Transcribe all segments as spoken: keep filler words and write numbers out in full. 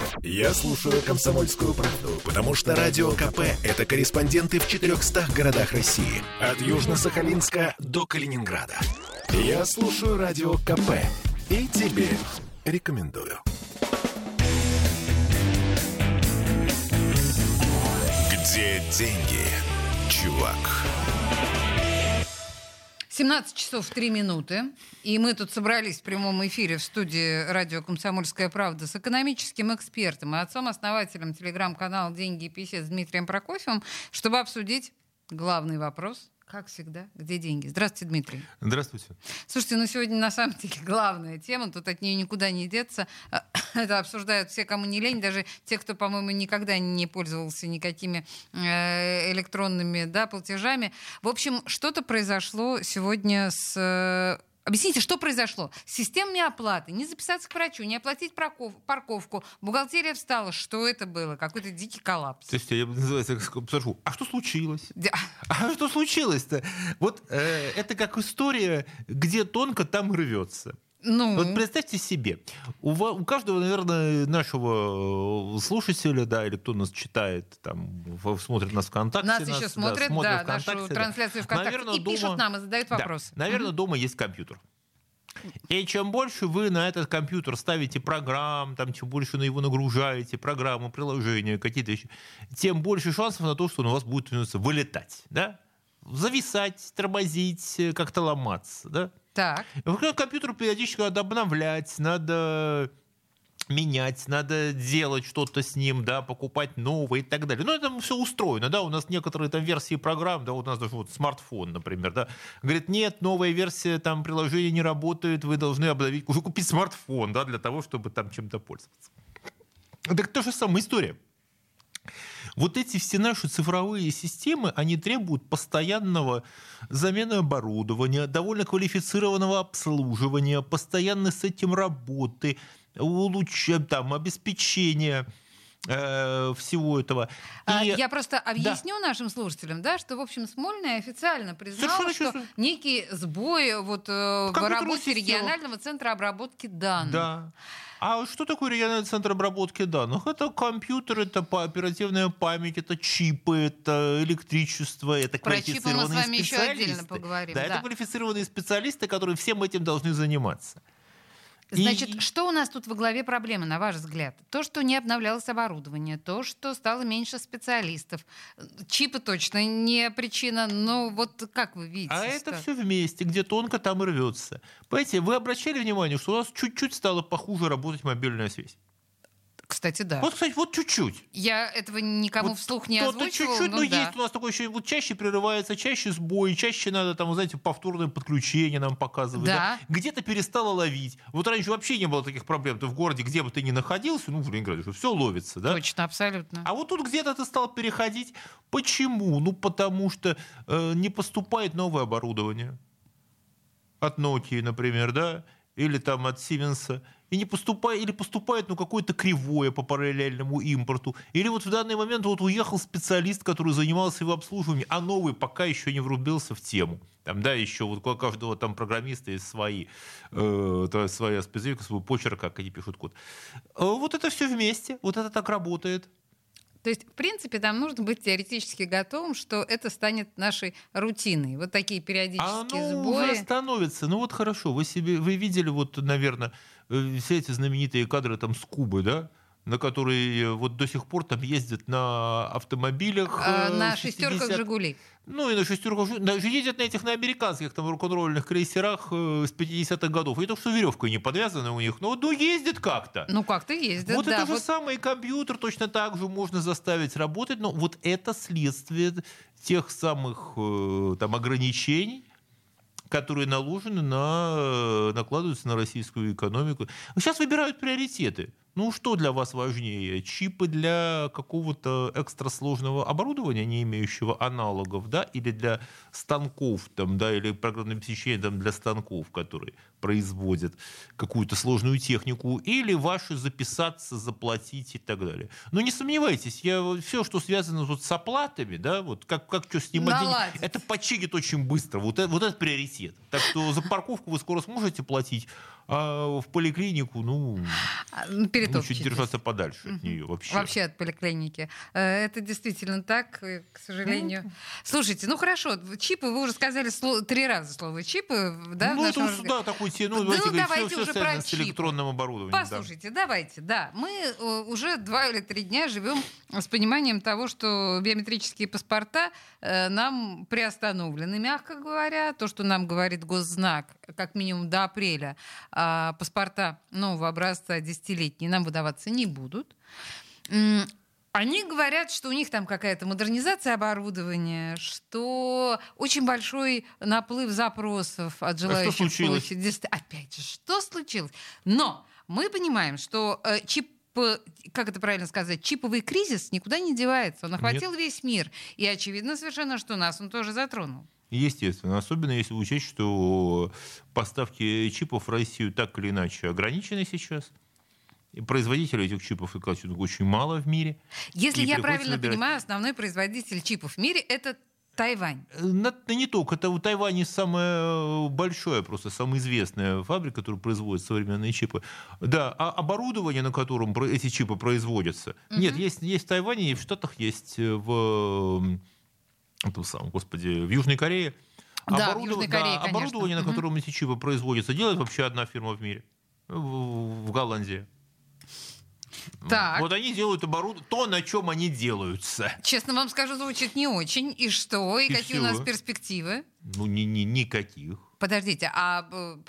Я слушаю «Комсомольскую правду», потому что Радио КП – это корреспонденты в четырехстах городах России. От Южно-Сахалинска до Калининграда. Я слушаю Радио КП и тебе рекомендую. Где деньги, чувак? семнадцать часов три минуты, и мы тут собрались в прямом эфире в студии радио «Комсомольская правда» с экономическим экспертом и отцом-основателем телеграм-канала «Деньги и писец» Дмитрием Прокофьевым, чтобы обсудить главный вопрос, как всегда, где деньги. Здравствуйте, Дмитрий. Здравствуйте. Слушайте, ну сегодня на самом деле главная тема, тут от нее никуда не деться. Это обсуждают все, кому не лень, даже те, кто, по-моему, никогда не пользовался никакими э, электронными, да, платежами. В общем, что-то произошло сегодня с... Объясните, что произошло? С системами оплаты. Не записаться к врачу, не оплатить парковку. Бухгалтерия встала. Что это было? Какой-то дикий коллапс. То есть я называется, спрошу, а что случилось? Да. А что случилось-то? Вот э, это как история, где тонко, там рвется. Ну. Вот представьте себе, у, вас, у каждого, наверное, нашего слушателя, да, или кто нас читает, там, смотрит нас ВКонтакте. Нас, нас еще смотрят, да, смотрят да нашу да. трансляцию ВКонтакте, наверное, и дома, пишут нам, и задают вопросы. Да, наверное, mm-hmm. дома есть компьютер. И чем больше вы на этот компьютер ставите программ, там, чем больше на него нагружаете, программы, приложения, какие-то вещи, тем больше шансов на то, что он у вас будет вылетать, да? Зависать, тормозить, как-то ломаться, да? Так. Компьютер периодически надо обновлять, надо менять, надо делать что-то с ним, да, покупать новые и так далее. Ну, это все устроено, да, у нас некоторые там версии программ, да, вот у нас даже вот смартфон, например, да, говорит, нет, новая версия там приложения не работает, вы должны обновить, уже купить смартфон, да, для того, чтобы там чем-то пользоваться. Так та же самая история. Вот эти все наши цифровые системы, они требуют постоянного замены оборудования, довольно квалифицированного обслуживания, постоянной с этим работы, улуч... там, обеспечения э, всего этого. И... Я просто объясню да. нашим слушателям, да, что, в общем, Смольный официально признал, Совершенно что чувствую. некий сбой вот, в работе регионального центра обработки данных. Да. А что такое региональный центр обработки данных? Это компьютер, это оперативная память, это чипы, это электричество, это Про квалифицированные чипы мы с вами специалисты. Еще отдельно поговорим. Да, да, это квалифицированные специалисты, которые всем этим должны заниматься. Значит, и... что у нас тут во главе проблемы, на ваш взгляд? То, что не обновлялось оборудование, то, что стало меньше специалистов. Чипы точно не причина, но вот как вы видите? А что... это все вместе, где тонко, там и рвется. Понимаете, вы обращали внимание, что у нас чуть-чуть стало похуже работать мобильная связь? Кстати, да. Вот, кстати, вот чуть-чуть. Я этого никому вот вслух не озвучивала. чуть-чуть, но, но да. есть у нас такое еще, вот чаще прерывается, чаще сбой, чаще надо, там, знаете, повторное подключение нам показывать. Да. Да? Где-то перестало ловить. Вот раньше вообще не было таких проблем. Ты в городе, где бы ты ни находился, ну, в Ленинграде, что все ловится, да? Точно, абсолютно. А вот тут где-то ты стал переходить. Почему? Ну, потому что э, не поступает новое оборудование. От Nokia, например, да? Или там от Siemens. И не поступает, или поступает ну, какое-то кривое по параллельному импорту. Или вот в данный момент вот уехал специалист, который занимался его обслуживанием, а новый пока еще не врубился в тему. Там, да, еще вот у каждого там программиста есть свои, э, своя специфика, свой почерк, как они пишут код. Вот это все вместе, вот это так работает. То есть, в принципе, там нужно быть теоретически готовым, что это станет нашей рутиной. Вот такие периодические Оно сбои. уже становится. Ну вот хорошо, вы себе, вы видели вот, наверное, все эти знаменитые кадры там с Кубы, да? На которые вот до сих пор там ездят на автомобилях. А, на шестерках «Жигули». Ну и на шестерках «Жигули». Ездят на этих, на американских там рок-н-ролльных крейсерах с пятидесятых годов. И то, что веревкой не подвязаны у них, но ну, ездят как-то. Ну как-то ездят, Вот да, это вот... же самый компьютер точно так же можно заставить работать. Но вот это следствие тех самых там ограничений, которые наложены на, накладываются на российскую экономику. Сейчас выбирают приоритеты. Ну, что для вас важнее? Чипы для какого-то экстрасложного оборудования, не имеющего аналогов, да, или для станков, там, да, или программное обеспечение там, для станков, которые производят какую-то сложную технику, или ваши записаться, заплатить и так далее. Но не сомневайтесь, я, все, что связано вот с оплатами, да, вот как, как что снимать деньги, это починит очень быстро. Вот это, вот это приоритет. Так что за парковку вы скоро сможете платить, а в поликлинику, ну, лучше держаться подальше от нее вообще. Вообще от поликлиники. Это действительно так, к сожалению. Ну, слушайте, ну хорошо, чипы, вы уже сказали слово, три раза слово чипы. Да, ну, это разговор... да, такой, ну, да, давайте, ну, давайте все, уже все про с электронным оборудованием. Послушайте, да. давайте, да. Мы уже два или три дня живем с пониманием того, что биометрические паспорта э, нам приостановлены, мягко говоря. То, что нам говорит Госзнак, как минимум до апреля, а паспорта нового образца десятилетние нам выдаваться не будут. Они говорят, что у них там какая-то модернизация оборудования, что очень большой наплыв запросов от желающих. А что случилось? Получить. Опять же, что случилось? Но мы понимаем, что э, чип как это правильно сказать, чиповый кризис никуда не девается. Он охватил Нет. весь мир. И очевидно совершенно, что нас он тоже затронул. Естественно. Особенно если учесть, что поставки чипов в Россию так или иначе ограничены сейчас. И производителей этих чипов очень мало в мире. Если я правильно набирать... понимаю, основной производитель чипов в мире — это Тайвань. Это не только. Это у Тайваня самая большая, просто самая известная фабрика, которая производит современные чипы. Да, а оборудование, на котором эти чипы производятся, угу. нет, есть, есть в Тайване, и в Штатах есть в, этом самом, господи, в Южной Корее. Да, Оборудов... в Южной Корее, да, оборудование, угу. на котором эти чипы производятся, делает вообще одна фирма в мире. В, в Голландии. Так. Вот они делают оборудование, то, на чем они делаются. Честно вам скажу, звучит не очень. И что? И, и какие все. У нас перспективы? Ну, ни, ни, никаких. Подождите, а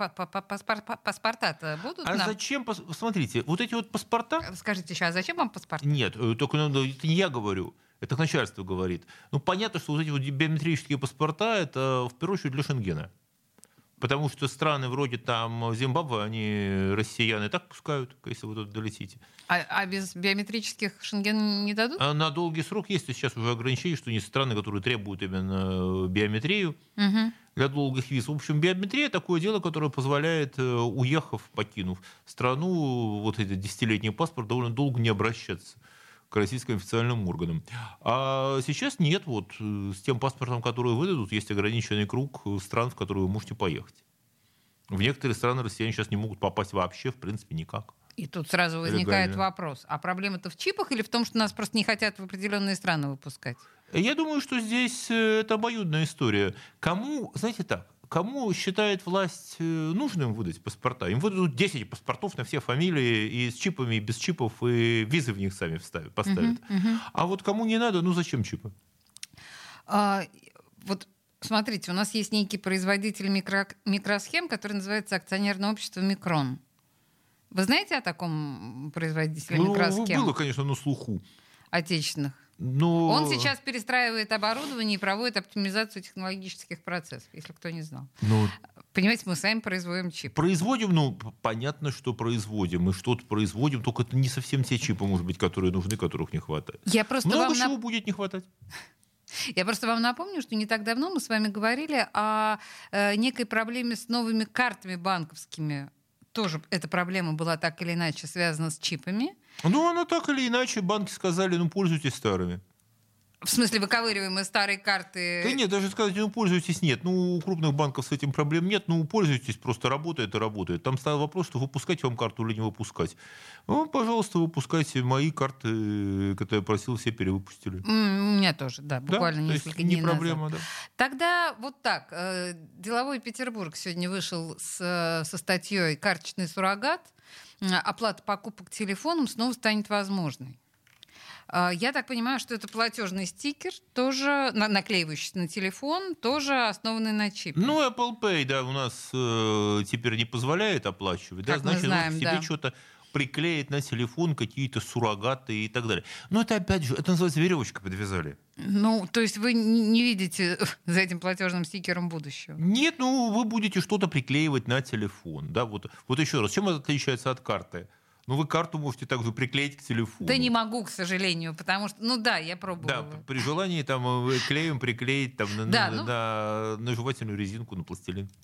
паспорта-то будут А нам? зачем? Смотрите, вот эти вот паспорта... Скажите еще, а зачем вам паспорта? Нет, только ну, это не я говорю. Это начальство говорит. Ну, понятно, что вот эти вот биометрические паспорта, это в первую очередь для Шенгена. Потому что страны вроде там Зимбабве, они россиян и так пускают, если вы туда долетите. А, а без биометрических Шенген не дадут? А на долгий срок есть сейчас уже ограничения, что есть страны, которые требуют именно биометрию угу. для долгих виз. В общем, биометрия такое дело, которое позволяет, уехав, покинув страну, вот этот десятилетний паспорт, довольно долго не обращаться к российским официальным органам. А сейчас нет, вот с тем паспортом, который выдадут, есть ограниченный круг стран, в которые вы можете поехать. В некоторые страны россияне сейчас не могут попасть вообще, в принципе, никак. И тут сразу возникает Легально. вопрос, а проблема-то в чипах или в том, что нас просто не хотят в определенные страны выпускать? Я думаю, что здесь это обоюдная история. Кому, знаете так, кому считает власть нужным выдать паспорта, им выдадут десять паспортов на все фамилии, и с чипами, и без чипов, и визы в них сами вставят, поставят. Uh-huh, uh-huh. А вот кому не надо, ну зачем чипы? А, вот смотрите, у нас есть некий производитель микро, микросхем, который называется акционерное общество «Микрон». Вы знаете о таком производителе ну, микросхем? Было, конечно, на слуху. Отечественных. Но... Он сейчас перестраивает оборудование и проводит оптимизацию технологических процессов, если кто не знал. Но... Понимаете, мы сами производим чипы. Производим, ну, понятно, что производим. Мы что-то производим, только это не совсем те чипы, может быть, которые нужны, которых не хватает. Я просто Много вам чего нап... будет не хватать. Я просто вам напомню, что не так давно мы с вами говорили о э, некой проблеме с новыми картами банковскими. Тоже эта проблема была так или иначе связана с чипами. Ну, она так или иначе, банки сказали, ну, пользуйтесь старыми. В смысле, выковыриваемые старые карты? Да нет, даже сказать, ну, пользуйтесь, нет. Ну, у крупных банков с этим проблем нет. Ну, пользуйтесь, просто работает и работает. Там стал вопрос, что выпускать вам карту или не выпускать. Ну, пожалуйста, выпускайте мои карты, которые я просил, все перевыпустили. У меня тоже, да, буквально да? несколько дней не проблема, назад. Да. Тогда вот так. Деловой Петербург сегодня вышел с, со статьей «Карточный суррогат». Оплата покупок телефоном снова станет возможной. Я так понимаю, что это платежный стикер, тоже наклеивающийся на телефон, тоже основанный на чипе. Ну, Apple Pay, да, у нас э, теперь не позволяет оплачивать. Как да, значит, мы знаем, он себе да. что-то приклеит на телефон, какие-то суррогаты и так далее. Но это, опять же, это называется веревочкой подвязали. Ну, то есть вы не видите за этим платежным стикером будущего? Нет, ну, вы будете что-то приклеивать на телефон. Да? Вот, вот еще раз, чем это отличается от карты? Ну, вы карту можете также приклеить к телефону. Да не могу, к сожалению, потому что... Ну да, я пробовала. Да, при желании там клеем приклеить там, на, да, на, ну... на, на жевательную резинку, на пластилин.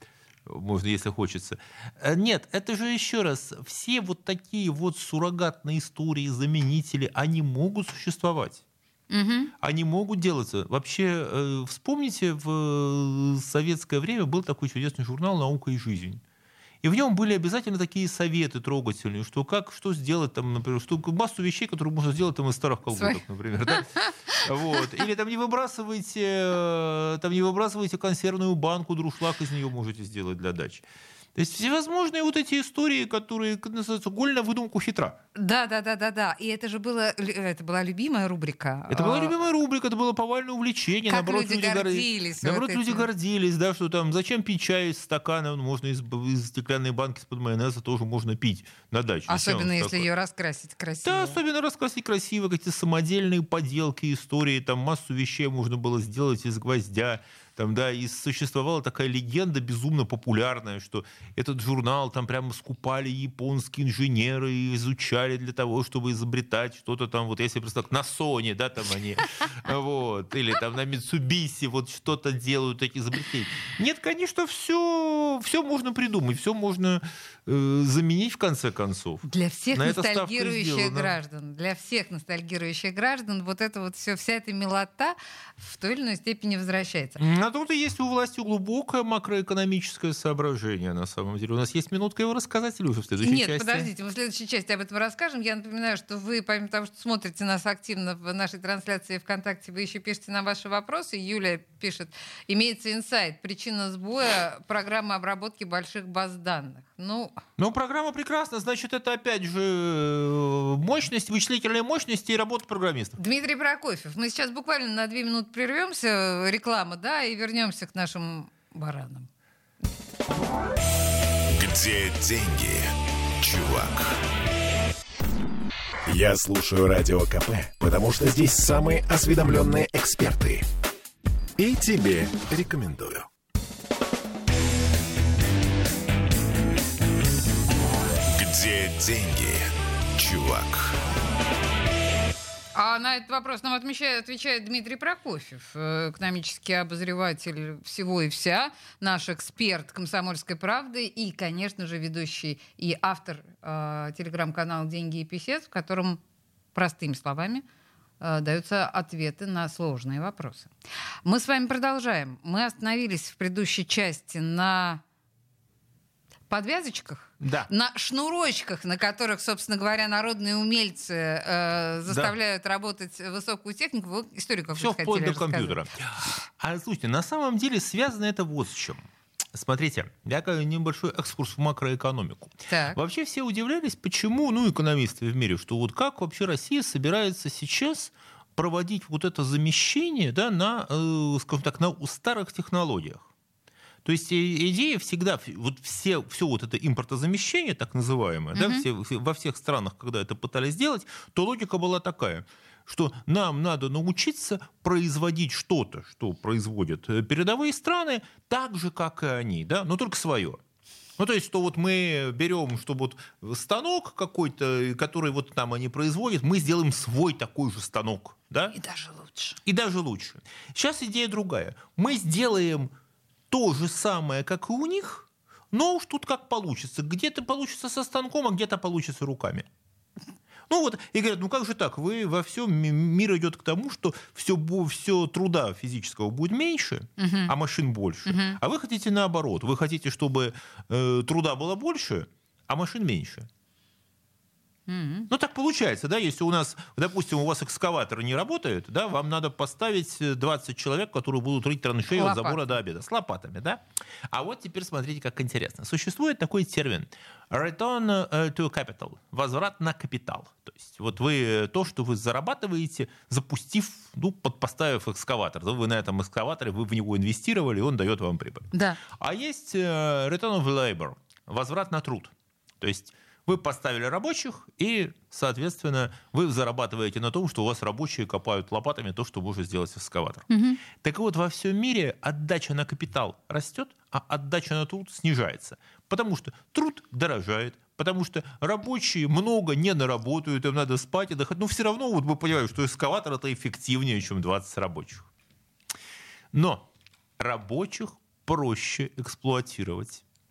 можно, если хочется. Нет, это же еще раз, все вот такие вот суррогатные истории, заменители, они могут существовать. Угу. Они могут делаться. Вообще, э, вспомните, в советское время был такой чудесный журнал «Наука и жизнь». И в нем были обязательно такие советы трогательные, что как, что сделать, там, например, что массу вещей, которые можно сделать там, из старых колготок, например. Да? Вот. Или там не выбрасывайте, там не выбрасывайте консервную банку, друшлаг из нее можете сделать для дачи. То есть всевозможные вот эти истории, которые называются «Голь на выдумку хитра». Да, да, да, да, да. И это же было, это была любимая рубрика. Это была любимая рубрика, это было повальное увлечение. Как наоборот, люди, люди гордились. Наоборот, вот люди этим. гордились, да, что там зачем пить чай из стакана, можно из, из стеклянной банки из-под майонеза тоже можно пить на даче. Особенно если такое? ее раскрасить красиво. Да, особенно раскрасить красиво, какие-то самодельные поделки, истории, там массу вещей можно было сделать из гвоздя. Там, да, и существовала такая легенда безумно популярная, что этот журнал там прямо скупали японские инженеры и изучали для того, чтобы изобретать что-то там, вот я себе представляю, на Sony, да, там они, вот, или там на Mitsubishi вот что-то делают, такие изобретения. Нет, конечно, все, все можно придумать, все можно э, заменить в конце концов. Для всех На ностальгирующих граждан, для всех ностальгирующих граждан вот это вот все, вся эта милота в той или иной степени возвращается. А тут и есть у власти глубокое макроэкономическое соображение, на самом деле. У нас есть минутка его рассказать или уже в следующей Нет, части? Нет, подождите, мы в следующей части об этом расскажем. Я напоминаю, что вы, помимо того, что смотрите нас активно в нашей трансляции ВКонтакте, вы еще пишете на ваши вопросы. Юлия пишет, имеется инсайт, причина сбоя программы обработки больших баз данных. Ну, ну, программа прекрасна, значит, это опять же мощность, вычислительная мощность и работа программистов. Дмитрий Прокофьев. Мы сейчас буквально на две минуты прервемся, реклама, да, и вернемся к нашим баранам. Где деньги, чувак? Я слушаю Радио КП, потому что здесь самые осведомленные эксперты. И тебе рекомендую. Где деньги, чувак? А на этот вопрос нам отмечает, отвечает Дмитрий Прокофьев, экономический обозреватель всего и вся, наш эксперт «Комсомольской правды» и, конечно же, ведущий и автор э, телеграм-канала «Деньги и писец», в котором, простыми словами, э, даются ответы на сложные вопросы. Мы с вами продолжаем. Мы остановились в предыдущей части на подвязочках, да. на шнурочках, на которых, собственно говоря, народные умельцы э, заставляют да. работать высокую технику. Вы историю какую-то хотели рассказать. Все вплоть до компьютера. А слушайте, на самом деле связано это вот с чем. Смотрите, я небольшой экскурс в макроэкономику. Так. Вообще все удивлялись, почему, ну, экономисты в мире, что вот как вообще Россия собирается сейчас проводить вот это замещение, да, на, э, скажем так, на старых технологиях. То есть идея всегда, вот все, все вот это импортозамещение, так называемое, mm-hmm. да, все, все, во всех странах, когда это пытались сделать, то логика была такая, что нам надо научиться производить что-то, что производят передовые страны, так же, как и они, да, но только свое. Ну, то есть, что вот мы берем, что вот станок какой-то, который вот там они производят, мы сделаем свой такой же станок, да? И даже лучше. И даже лучше. Сейчас идея другая. Мы сделаем то же самое, как и у них, но уж тут как получится. Где-то получится со станком, а где-то получится руками. Ну вот, и говорят, ну как же так, вы во всем мир идет к тому, что все, все труда физического будет меньше, uh-huh. а машин больше. Uh-huh. А вы хотите наоборот, вы хотите, чтобы э, труда было больше, а машин меньше. Mm-hmm. Ну, так получается, да, если у нас, допустим, у вас экскаватор не работает, да, вам надо поставить двадцать человек, которые будут рыть траншею от забора до обеда, с лопатами, да. А вот теперь смотрите, как интересно. Существует такой термин return to capital, возврат на капитал. То есть вот вы, то, что вы зарабатываете, запустив, ну, подпоставив экскаватор, да, вы на этом экскаваторе, вы в него инвестировали, и он дает вам прибыль. Да. А есть return of labor, возврат на труд. То есть вы поставили рабочих, и, соответственно, вы зарабатываете на том, что у вас рабочие копают лопатами то, что может сделать экскаватор. Угу. Так вот, во всем мире отдача на капитал растет, а отдача на труд снижается. Потому что труд дорожает, потому что рабочие много не наработают, им надо спать и отдыхать. Но все равно вот вы понимаете, что экскаватор это эффективнее, чем двадцать рабочих. Но рабочих проще эксплуатировать.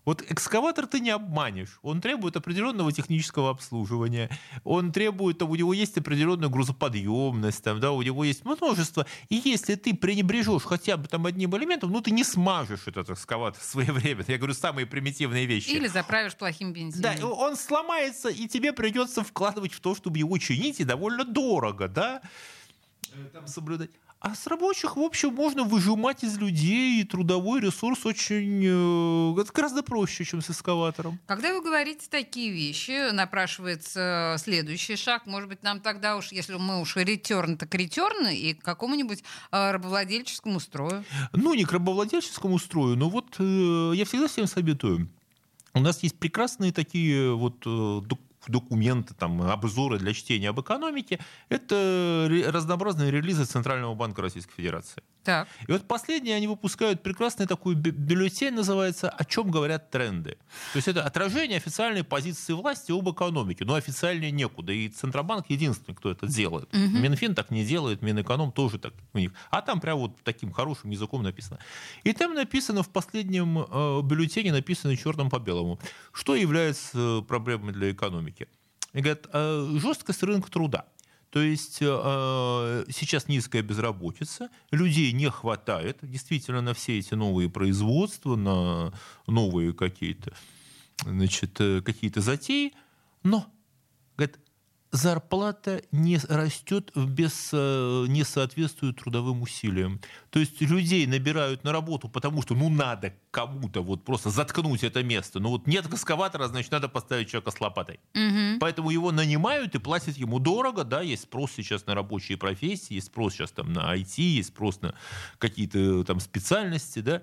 Вот экскаватор ты не обманешь. Он требует определенного технического обслуживания. Он требует, там, у него есть определенная грузоподъемность, там, да, у него есть множество. И если ты пренебрежешь хотя бы там одним элементом, ну ты не смажешь этот экскаватор своевременно. Я говорю, самые примитивные вещи. Или заправишь плохим бензином. Да, он сломается, и тебе придется вкладывать в то, чтобы его чинить, и довольно дорого, да, там соблюдать. А с рабочих, в общем, можно выжимать из людей, и трудовой ресурс очень э, это гораздо проще, чем с экскаватором. Когда вы говорите такие вещи, напрашивается следующий шаг. Может быть, нам тогда уж, если мы уж ретерн, так ретерн и к какому-нибудь э, рабовладельческому строю. Ну, не к рабовладельческому строю, но вот э, я всегда всем советую. У нас есть прекрасные такие вот э, документы, там, обзоры для чтения об экономике. Это разнообразные релизы Центрального банка Российской Федерации. Так. И вот последние они выпускают прекрасный такой бюллетень, называется «О чем говорят тренды». То есть это отражение официальной позиции власти об экономике. Но официальнее некуда. И Центробанк единственный, кто это делает. Угу. Минфин так не делает, Минэконом тоже так у них. А там прям вот таким хорошим языком написано. И там написано в последнем э, бюллетене, написано черным по белому, что является проблемой для экономики. И говорят, э, жесткость рынка труда. То есть э, сейчас низкая безработица, людей не хватает действительно на все эти новые производства, на новые какие-то, значит, какие-то затеи, но, говорят, зарплата не растет, без, не соответствует трудовым усилиям. То есть людей набирают на работу, потому что ну надо кому-то вот просто заткнуть это место. Ну вот нет экскаватора, значит надо поставить человека с лопатой. Угу. Поэтому его нанимают и платят ему дорого. Да, есть спрос сейчас на рабочие профессии, есть спрос сейчас там на ай ти, есть спрос на какие-то там специальности. Да?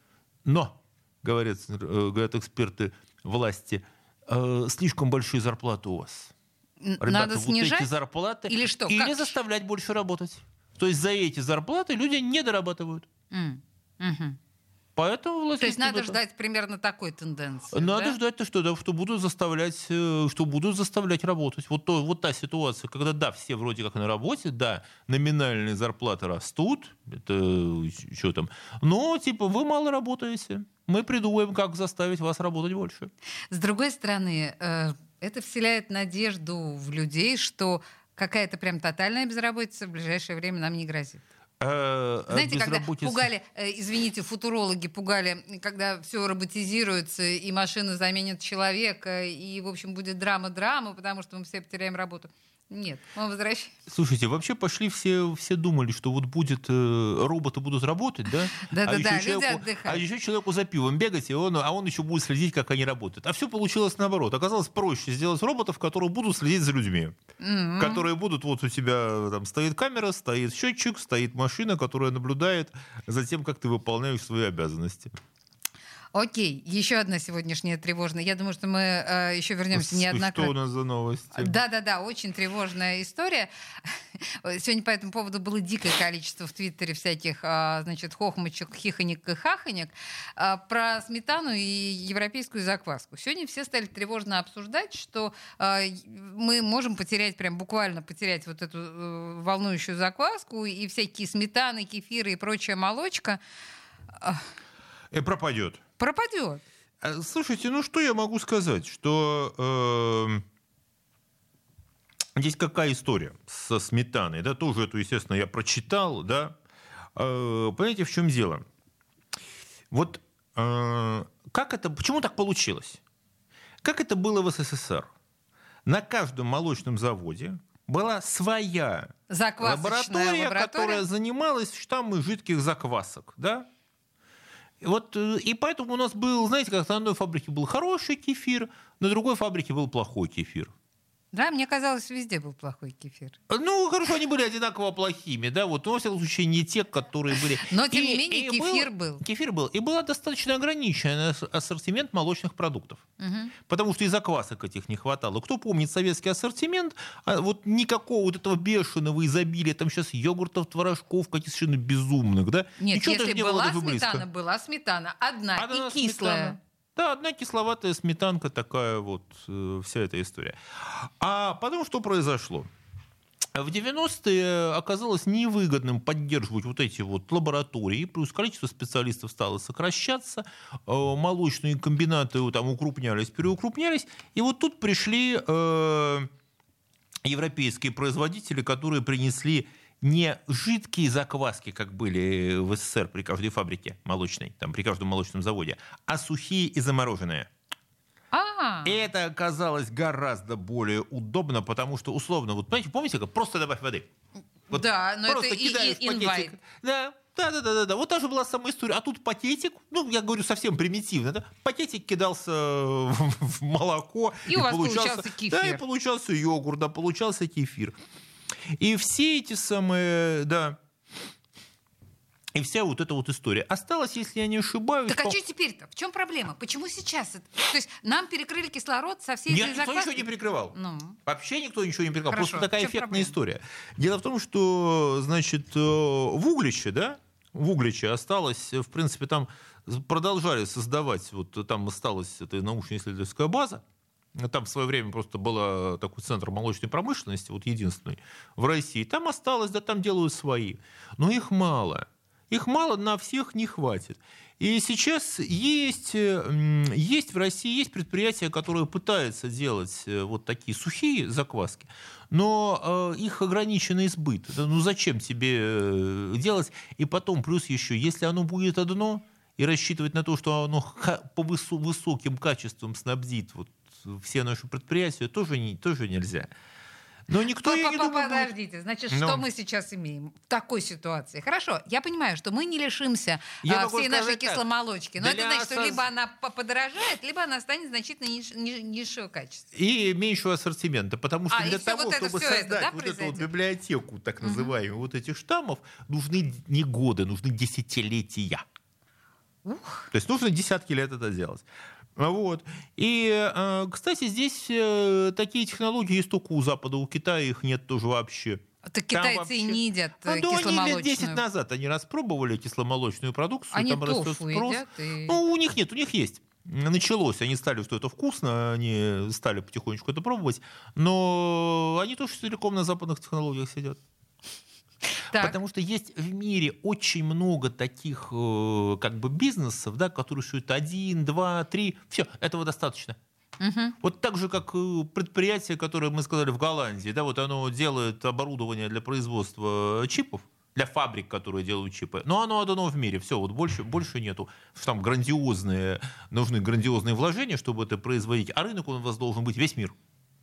Но, говорят, говорят эксперты власти, э, слишком большие зарплаты у вас. Ребята, надо вот снижать эти зарплаты или что? Или как? заставлять больше работать. То есть за эти зарплаты люди не дорабатывают. Mm. Угу. Поэтому власти... То есть надо ждать примерно такой тенденции. Надо да? ждать, что, да, что будут заставлять, что будут заставлять работать. Вот, то, вот та ситуация, когда да, все вроде как на работе, да, номинальные зарплаты растут, это что там, но типа вы мало работаете, мы придумаем, как заставить вас работать больше. С другой стороны, э, это вселяет надежду в людей, что какая-то прям тотальная безработица в ближайшее время нам не грозит. Знаете, когда пугали, извините, футурологи пугали, когда все роботизируется, и машины заменят человека, и, в общем, будет драма-драма, потому что мы все потеряем работу. Нет, он возвращается. Слушайте, вообще пошли все, все думали, что вот будет э, роботы будут работать, да? Да-да-да, а люди отдыхают. А еще человеку за пивом бегать, и он, а он еще будет следить, как они работают. А все получилось наоборот. Оказалось проще сделать роботов, которые будут следить за людьми. Mm-hmm. Которые будут, вот у тебя там стоит камера, стоит счетчик, стоит машина, которая наблюдает за тем, как ты выполняешь свои обязанности. Окей, еще одна сегодняшняя тревожная. Я думаю, что мы э, еще вернемся неоднократно. Что у нас за новости? Да-да-да, очень тревожная история. Сегодня по этому поводу было дикое количество в Твиттере всяких, э, значит, хохмочек, хихонек и хахонек э, про сметану и европейскую закваску. Сегодня все стали тревожно обсуждать, что э, мы можем потерять, прям буквально потерять вот эту э, волнующую закваску и всякие сметаны, кефиры и прочая молочка. И пропадет. Пропадет. Слушайте, ну что я могу сказать? Что э, здесь какая история со сметаной? Да, тоже эту, естественно, я прочитал. Да? Э, понимаете, в чем дело? Вот э, как это, почему так получилось? Как это было в СССР? На каждом молочном заводе была своя лаборатория, лаборатория, которая занималась штаммом жидких заквасок. Да? Вот, и поэтому у нас был, знаете, как на одной фабрике был хороший кефир, на другой фабрике был плохой кефир. Да, мне казалось, везде был плохой кефир. Ну, хорошо, они были одинаково плохими, да, вот, но, во всяком случае, не те, которые были. Но, тем не менее, и кефир был, был. Кефир был. И был достаточно ограниченный ассортимент молочных продуктов. Угу. Потому что и заквасок этих не хватало. Кто помнит советский ассортимент, вот никакого вот этого бешеного изобилия, там сейчас йогуртов, творожков, каких-то совершенно безумных, да? Нет, если не была сметана, была сметана одна, одна и кислая. Сметана. Да, одна кисловатая сметанка такая вот, э, вся эта история. А потом что произошло? В девяностые оказалось невыгодным поддерживать вот эти вот лаборатории, плюс количество специалистов стало сокращаться, молочные комбинаты там укрупнялись, переукрупнялись, и вот тут пришли э, европейские производители, которые принесли не жидкие закваски, как были в СССР при каждой фабрике молочной, там, при каждом молочном заводе, а сухие и замороженные. А-а-а. И это оказалось гораздо более удобно, потому что, условно, вот, понимаете, помните, как просто добавь воды? Вот да, но просто это кидаешь и, и пакетик. Да, да, да, да, да, да. Вот та же была самая история. А тут пакетик, ну, я говорю совсем примитивно, да? Пакетик кидался в, в молоко. И, и у вас получался кефир. Да, и получался йогурт, да, получался кефир. И все эти самые, да... И вся вот эта вот история. Осталось, если я не ошибаюсь... Так по... а что теперь-то? В чем проблема? Почему сейчас это? То есть нам перекрыли кислород со всей Нет, этой никто закваской? ничего не перекрывал. Ну. Вообще никто ничего не перекрывал. Хорошо. Просто такая В чем эффектная проблема? история. Дело в том, что, значит, в Угличе, да, в Угличе осталось, в принципе, там продолжали создавать, вот там осталась эта научно-исследовательская база. Там в свое время просто был такой центр молочной промышленности, вот единственный в России. Там осталось, да, там делают свои. Но их мало. Их мало, на всех не хватит. И сейчас есть, есть в России есть предприятия, которые пытаются делать вот такие сухие закваски, но их ограниченный сбыт. Ну зачем тебе делать? И потом, плюс еще, если оно будет одно, и рассчитывать на то, что оно по высоким качествам снабдит вот все наши предприятия, тоже, не, тоже нельзя. Но никто, я не думаю, Подождите, будет... значит, Но... что мы сейчас имеем в такой ситуации? Хорошо, я понимаю, что мы не лишимся а, всей нашей кисломолочки, но это значит, осоз... что либо она подорожает, либо она станет значительно ниж... низшего качества. И меньшего ассортимента, потому что а, для того, вот чтобы это, создать это, да, вот произойдет? эту вот библиотеку, так называемую, угу. вот этих штаммов, нужны не годы, нужны десятилетия. Ух. То есть нужно десятки лет это делать. Вот. И, кстати, здесь такие технологии есть только у Запада, у Китая их нет тоже вообще. Так китайцы вообще... не едят а, кисломолочную. Да, они лет десять назад они распробовали кисломолочную продукцию. Они там тофу растет спрос. едят? И... Ну, у них нет, у них есть. Началось, они стали, что это вкусно, они стали потихонечку это пробовать, но они тоже целиком на западных технологиях сидят. Так. Потому что есть в мире очень много таких э, как бы бизнесов, да, которые существуют один, два, три, все, этого достаточно. Угу. Вот так же, как предприятие, которое мы сказали в Голландии, да, вот оно делает оборудование для производства чипов, для фабрик, которые делают чипы, но оно одно в мире, все, вот больше, больше нету. Там грандиозные, нужны грандиозные вложения, чтобы это производить, а рынок у вас должен быть весь мир.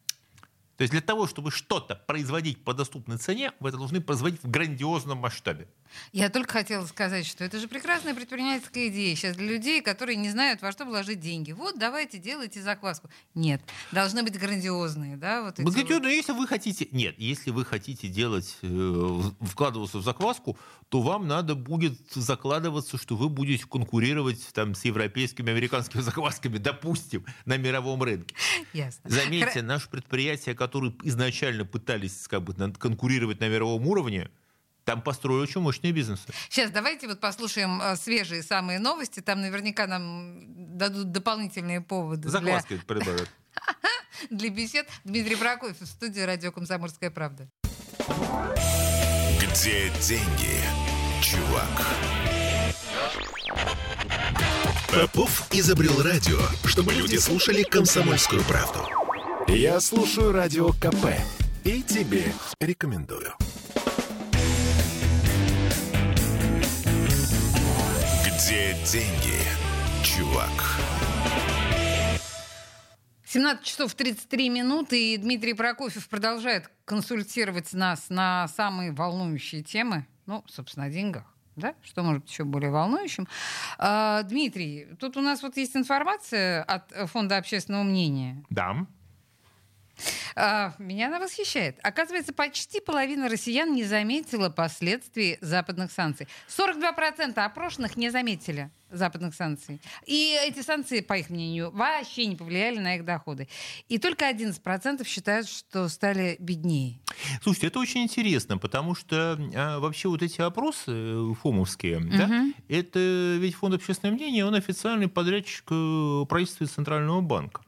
То есть для того, чтобы что-то производить по доступной цене, вы это должны производить в грандиозном масштабе. Я только хотела сказать, что это же прекрасная предпринимательская идея сейчас для людей, которые не знают, во что вложить деньги. Вот, давайте, делайте закваску. Нет, должны быть грандиозные. Да, вот эти грандиозные, вот. Если вы хотите... Нет, если вы хотите делать, э, вкладываться в закваску, то вам надо будет закладываться, что вы будете конкурировать там, с европейскими, американскими заквасками, допустим, на мировом рынке. Ясно. Заметьте, Хр... наши предприятия, которые изначально пытались как бы, конкурировать на мировом уровне, там построили очень мощные бизнесы. Сейчас давайте вот послушаем э, свежие самые новости. Там наверняка нам дадут дополнительные поводы. Закваски для... прибавят. Для бесед. Дмитрий Прокофьев в студии «Радио Комсомольская правда». Где деньги, чувак? Попов изобрел радио, чтобы люди слушали «Комсомольскую правду». Я слушаю Радио КП и тебе рекомендую. Где деньги, чувак? семнадцать часов тридцать три минуты, и Дмитрий Прокофьев продолжает консультировать нас на самые волнующие темы. Ну, собственно, о деньгах. Да? Что может быть еще более волнующим? А, Дмитрий, тут у нас вот есть информация от Фонда общественного мнения. Да. А, меня она восхищает. Оказывается, почти половина россиян не заметила последствий западных санкций. сорок два процента опрошенных не заметили западных санкций. И эти санкции, по их мнению, вообще не повлияли на их доходы. И только одиннадцать процентов считают, что стали беднее. Слушайте, это очень интересно, потому что а, вообще вот эти опросы фомовские, угу. да, это ведь Фонд общественного мнения, он официальный подрядчик правительства и Центрального банка.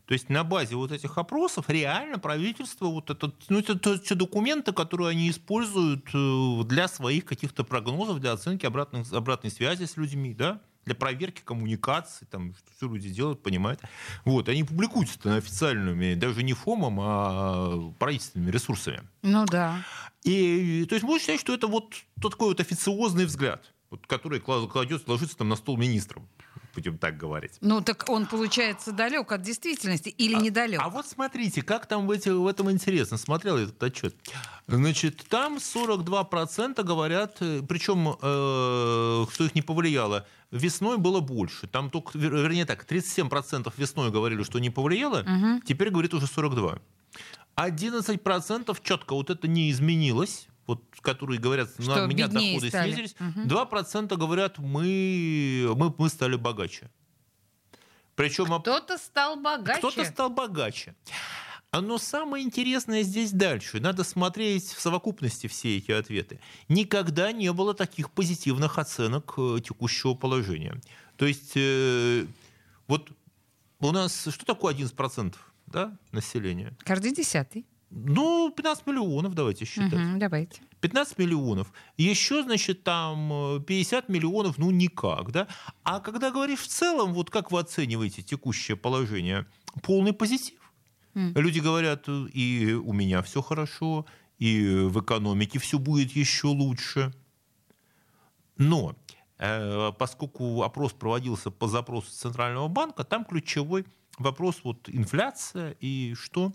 То есть на базе вот этих опросов реально правительство, вот это, ну, это, это, это документы, которые они используют для своих каких-то прогнозов, для оценки обратной, обратной связи с людьми, да, для проверки коммуникаций, там, что все люди делают, понимают. Вот, они публикуются официальными, даже не ФОМом, а правительственными ресурсами. Ну да. И, то есть можно считать, что это вот тот такой вот официозный взгляд, вот, который кладет, ложится там на стол министрам, будем так говорить. Ну так он, получается, далек от действительности или а, недалек? А вот смотрите, как там в, эти, в этом интересно. Смотрел я этот отчет. Значит, там сорок два процента говорят, причем, э, что их не повлияло, весной было больше. Там только, вернее так, тридцать семь процентов весной говорили, что не повлияло, угу. Теперь говорит уже сорок два процента. одиннадцать процентов четко вот это не изменилось. Вот, которые говорят, у меня доходы стали. снизились, угу. два процента говорят, мы, мы, мы стали богаче. Причем, кто-то стал богаче. Кто-то стал богаче. Но самое интересное здесь дальше. Надо смотреть в совокупности все эти ответы. Никогда не было таких позитивных оценок текущего положения. То есть, э, вот у нас что такое одиннадцать процентов, да, населения? Каждый десятый. Ну, пятнадцать миллионов, давайте считать. Угу, давайте. пятнадцать миллионов. Еще, значит, там пятьдесят миллионов, ну, никак, да? А когда говоришь в целом, вот как вы оцениваете текущее положение? Полный позитив. Mm. Люди говорят, и у меня все хорошо, и в экономике все будет еще лучше. Но, э, поскольку опрос проводился по запросу Центрального банка, там ключевой вопрос вот инфляция и что...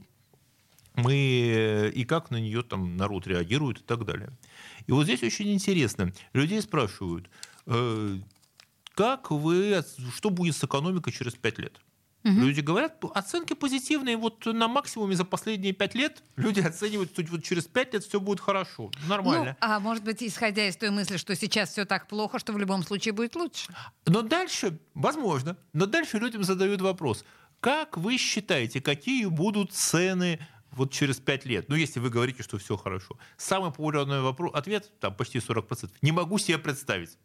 мы и как на нее там народ реагирует и так далее. И вот здесь очень интересно. Людей спрашивают, э, как вы, что будет с экономикой через пять лет? Угу. Люди говорят, оценки позитивные. Вот на максимуме за последние пять лет люди оценивают, что вот через пять лет все будет хорошо, нормально. Ну, а может быть, исходя из той мысли, что сейчас все так плохо, что в любом случае будет лучше? Но дальше, возможно, но дальше людям задают вопрос. Как вы считаете, какие будут цены вот через пять лет, ну, если вы говорите, что все хорошо? Самый популярный вопрос, ответ, там почти сорок процентов. Не могу себе представить.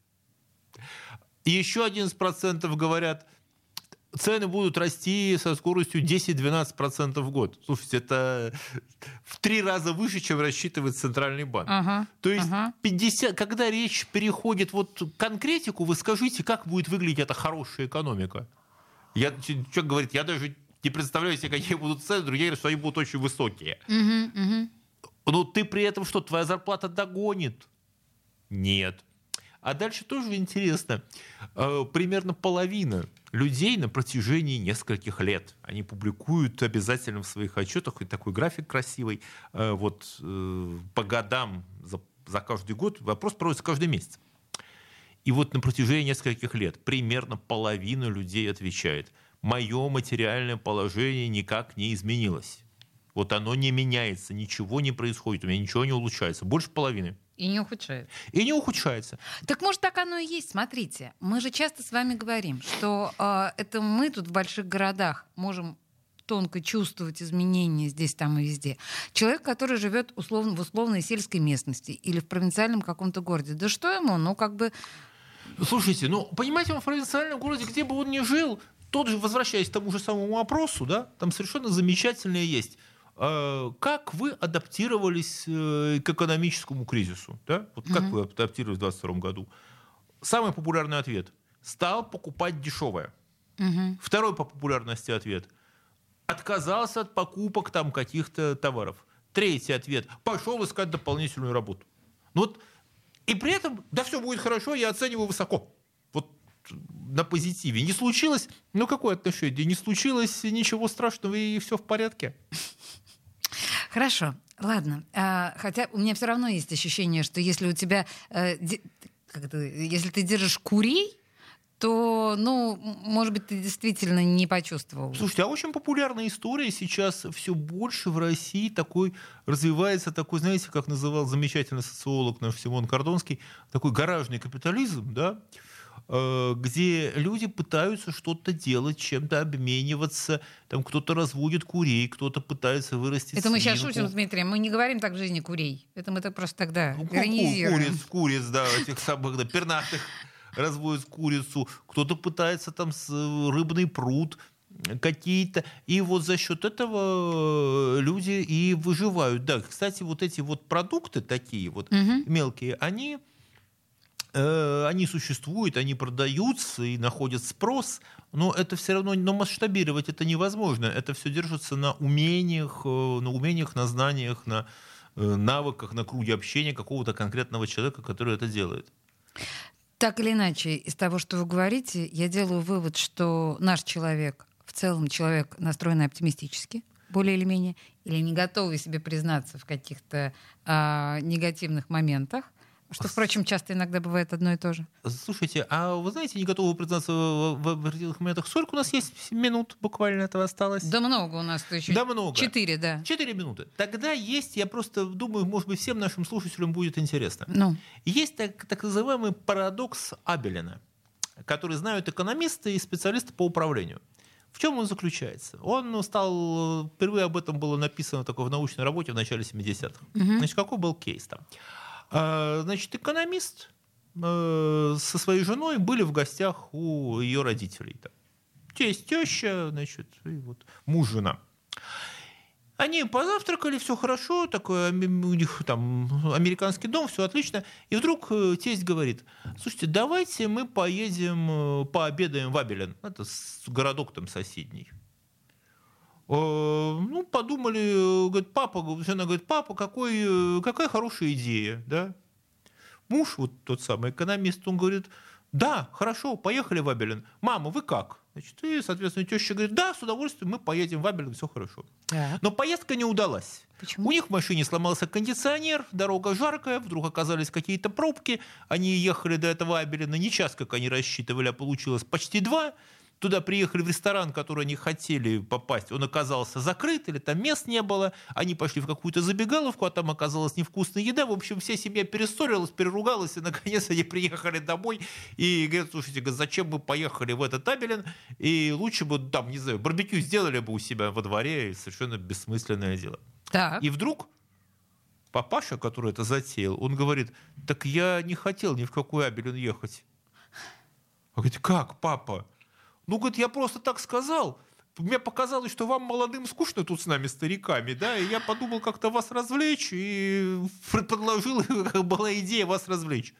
И еще одиннадцать процентов говорят, цены будут расти со скоростью десять-двенадцать процентов в год. Слушайте, это в три раза выше, чем рассчитывает Центральный банк. Ага, То есть ага. пятьдесят, когда речь переходит вот к конкретику, вы скажите, как будет выглядеть эта хорошая экономика? Я, человек говорит, я даже... не представляю себе, какие будут цены, другие говорят, что они будут очень высокие. Uh-huh, uh-huh. Но ты при этом что, твоя зарплата догонит? Нет. А дальше тоже интересно. Примерно половина людей на протяжении нескольких лет, они публикуют обязательно в своих отчетах, и такой график красивый, вот по годам за, за каждый год, вопрос проводится каждый месяц. И вот на протяжении нескольких лет примерно половина людей отвечает: мое материальное положение никак не изменилось. Вот оно не меняется, ничего не происходит, у меня ничего не улучшается. Больше половины. И не ухудшается. И не ухудшается. Так может так оно и есть, смотрите. Мы же часто с вами говорим, что э, это мы тут в больших городах можем тонко чувствовать изменения здесь, там и везде. Человек, который живет условно, в условной сельской местности или в провинциальном каком-то городе, да что ему, ну как бы... Слушайте, ну понимаете, он в провинциальном городе, где бы он ни жил, тот же, возвращаясь к тому же самому опросу, да, там совершенно замечательное есть. Как вы адаптировались к экономическому кризису? Да? Вот как mm-hmm. вы адаптировались в двадцать втором году? Самый популярный ответ. Стал покупать дешевое. Mm-hmm. Второй по популярности ответ. Отказался от покупок там, каких-то товаров. Третий ответ. Пошел искать дополнительную работу. Ну, вот, и при этом, да, все будет хорошо, я оцениваю высоко. Вот на позитиве. Не случилось, ну какое отношение? Не случилось ничего страшного, и все в порядке. Хорошо, ладно. А, хотя у меня все равно есть ощущение, что если у тебя, э, де, как это, если ты держишь курей, то, ну, может быть, ты действительно не почувствовал. Слушайте, а очень популярная история сейчас все больше в России такой развивается, такой, знаете, как называл замечательный социолог наш Симон Кордонский, такой гаражный капитализм, да, где люди пытаются что-то делать, чем-то обмениваться. Там кто-то разводит курей, кто-то пытается вырастить Это мы свинку. сейчас шутим с Дмитрием. Мы не говорим так в жизни курей. Это мы так просто тогда ну, иронизируем. Куриц, куриц, да, этих самых да, пернатых разводят курицу. Кто-то пытается там с, рыбный пруд какие-то. И вот за счет этого люди и выживают. Да, кстати, вот эти вот продукты такие вот Мгм. мелкие, они, э, они существуют, они продаются и находят спрос, но это все равно, но масштабировать это невозможно. Это все держится на умениях, э, на умениях, на знаниях, на э, навыках, на круге общения какого-то конкретного человека, который это делает. Так или иначе, из того, что вы говорите, я делаю вывод, что наш человек, в целом человек, настроенный оптимистически, более или менее, или не готовый себе признаться в каких-то а, негативных моментах, что, впрочем, часто иногда бывает одно и то же. Слушайте, а вы знаете, не готовы признаться в в определенных моментах? Сколько у нас есть минут буквально этого осталось? Да много у нас еще. Да много. Четыре, да. Четыре минуты. Тогда есть, я просто думаю, может быть, всем нашим слушателям будет интересно. Ну, Есть так, так называемый парадокс Абелина, который знают экономисты и специалисты по управлению. В чем он заключается? Он стал, впервые об этом было написано только в научной работе в начале семидесятых. Мгм. Значит, какой был кейс там? А, Значит, экономист э, со своей женой были в гостях у ее родителей. Там. Тесть, теща, значит, и вот муж, жена. Они позавтракали, все хорошо, такой ами- у них там американский дом, все отлично. И вдруг э, тесть говорит: слушайте, давайте мы поедем, э, пообедаем в Абелин. Это с- городок там соседний. Э, Ну, подумали, э, говорит, папа, жена говорит, папа, какой, э, какая хорошая идея, да? Муж, вот тот самый экономист, он говорит: да, хорошо, поехали в Абелин. Мама, вы как? Значит, и, соответственно, теща говорит: да, с удовольствием, мы поедем в Абелин, все хорошо. так. Но поездка не удалась. Почему? У них в машине сломался кондиционер, дорога жаркая, вдруг оказались какие-то пробки, они ехали до этого Абелина не час, как они рассчитывали, а получилось почти два. Туда приехали в ресторан, в который они хотели попасть, он оказался закрыт, или там мест не было. Они пошли в какую-то забегаловку, а там оказалась невкусная еда. В общем, вся семья перессорилась, переругалась, и наконец они приехали домой и говорят: слушайте, говорят, зачем мы поехали в этот Абелин, и лучше бы там, не знаю, барбекю сделали бы у себя во дворе, и совершенно бессмысленное дело. Так. И вдруг папаша, который это затеял, он говорит: так я не хотел ни в какой Абелин ехать. Он говорит: как, папа? Ну, говорит, я просто так сказал. Мне показалось, что вам, молодым, скучно тут с нами, стариками, да, и я подумал как-то вас развлечь, и предложил, как была идея вас развлечь.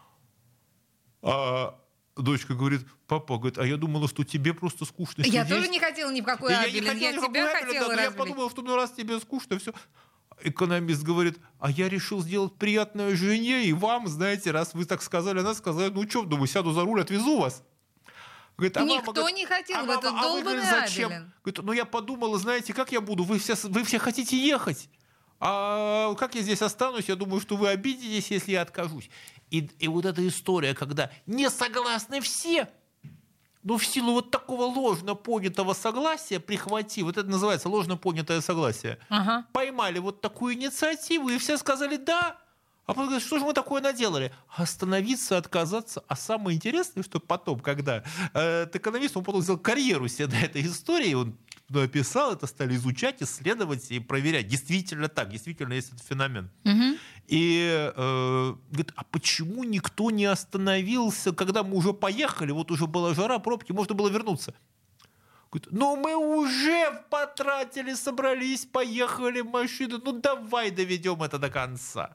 А дочка говорит: папа, говорит, а я думала, что тебе просто скучно Я сидеть. тоже не хотела ни в какой И я не Абелин, хотел я ни в какой тебя Абелин, хотела да, но я развлечь. подумал, что ну раз тебе скучно, все. Экономист говорит: а я решил сделать приятное жене и вам, знаете, раз вы так сказали, она сказала: ну что, думаю, сяду за руль, отвезу вас. Говорит, а Никто мама, говорит, не хотел а в мама, этот а вы, долбанный говорит, зачем? Абелин. Говорит, ну я подумала, знаете, как я буду? Вы все, вы все хотите ехать. А как я здесь останусь? Я думаю, что вы обидитесь, если я откажусь. И, и вот эта история, когда не согласны все, но в силу вот такого ложно понятого согласия, прихватив, вот это называется ложно понятое согласие, Ага. поймали вот такую инициативу, и все сказали «да». А потом говорят: что же мы такое наделали? Остановиться, отказаться. А самое интересное, что потом, когда э, экономист, он потом сделал карьеру себе на этой истории, он написал это, стали изучать, исследовать и проверять. Действительно так, действительно есть этот феномен. Мгм. И э, говорит: а почему никто не остановился, когда мы уже поехали, вот уже была жара, пробки, можно было вернуться? Говорит: ну мы уже потратили, собрались, поехали в машину, ну давай доведем это до конца.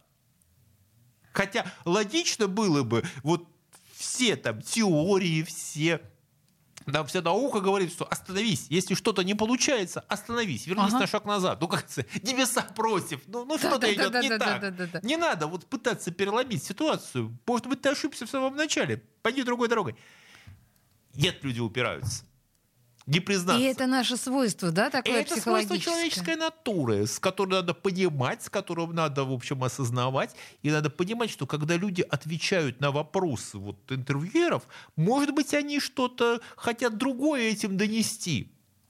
Хотя логично было бы, вот все там теории, все, там вся наука говорит, что остановись, если что-то не получается, остановись, вернись Ага. на шаг назад. Ну как это, небеса против, ну, ну что-то идет не так. Да-да-да-да-да-да. Не надо вот пытаться переломить ситуацию. Может быть, ты ошибся в самом начале, пойди другой дорогой. Нет, люди упираются. Не признаться. И это наше свойство, да, такое Это свойство психологическое? человеческой натуры, с которой надо понимать, с которым надо, в общем, осознавать. И надо понимать, что когда люди отвечают на вопросы вот, интервьюеров, может быть, они что-то хотят другое этим донести.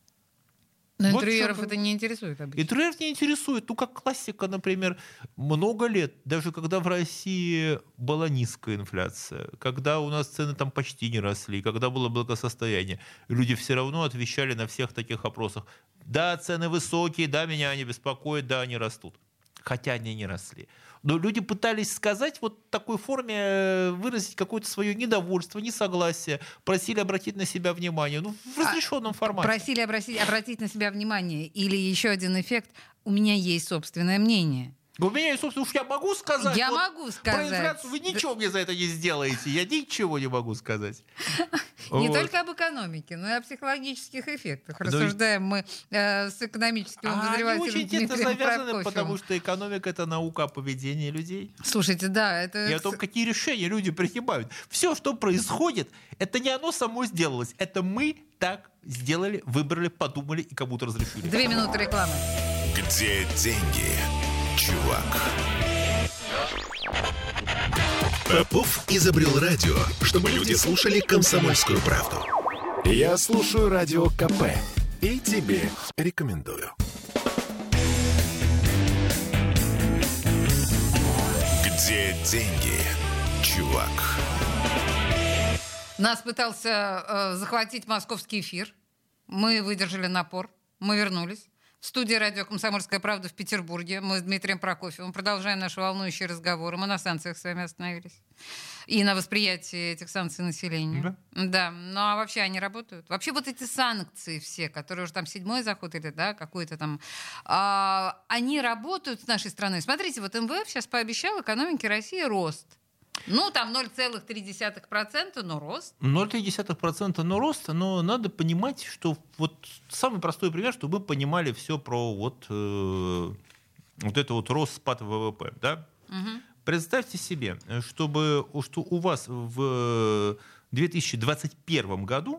Но Вот интервьюеров что- это не интересует обычно. Интервьюеров не интересует. Ну, как классика, например, много лет, даже когда в России была низкая инфляция, когда у нас цены там почти не росли, когда было благосостояние, люди все равно отвечали на всех таких опросах: да, цены высокие, да, меня они беспокоят, да, они растут. хотя они не росли. Но люди пытались сказать вот в такой форме, выразить какое-то свое недовольство, несогласие, просили обратить на себя внимание, ну, в разрешенном а, формате. Просили обратить, обратить на себя внимание. Или еще один эффект: у меня есть собственное мнение. У меня, собственно, уж я могу сказать. Я вот могу сказать. Про инфляцию вы ничего мне за это не сделаете. Я ничего не могу сказать. Не только об экономике, но и о психологических эффектах. Рассуждаем мы с экономическим обозревателем Дмитрием Прокофьевым. Они очень тесно завязаны, потому что экономика — это наука о поведении людей. Слушайте, да, это... И о том, какие решения люди принимают. Все, что происходит, это не оно само сделалось. Это мы так сделали, выбрали, подумали и кому-то разрешили. Две минуты рекламы. Где деньги, чувак? Попов изобрел радио, чтобы люди слушали «Комсомольскую правду». Я слушаю радио КП и тебе рекомендую. Где деньги, чувак? Нас пытался э, захватить московский эфир. Мы выдержали напор. Мы вернулись. В студии радио «Комсомольская правда» в Петербурге. Мы с Дмитрием Прокофьевым продолжаем наши волнующие разговоры. Мы на санкциях с вами остановились. И на восприятии этих санкций населения. Да. Да. Ну а вообще они работают? Вообще вот эти санкции все, которые уже там седьмой заход или да, какой-то там, а, они работают с нашей страной. Смотрите, вот эм вэ эф сейчас пообещал экономике России рост. Ну, там ноль целых три десятых процента, но рост. ноль целых три десятых процента, но рост, но надо понимать, что вот самый простой пример, чтобы мы понимали все про вот, э, вот это вот рост, спад вэ вэ пэ. Да? Угу. Представьте себе, чтобы, что у вас в две тысячи двадцать первом году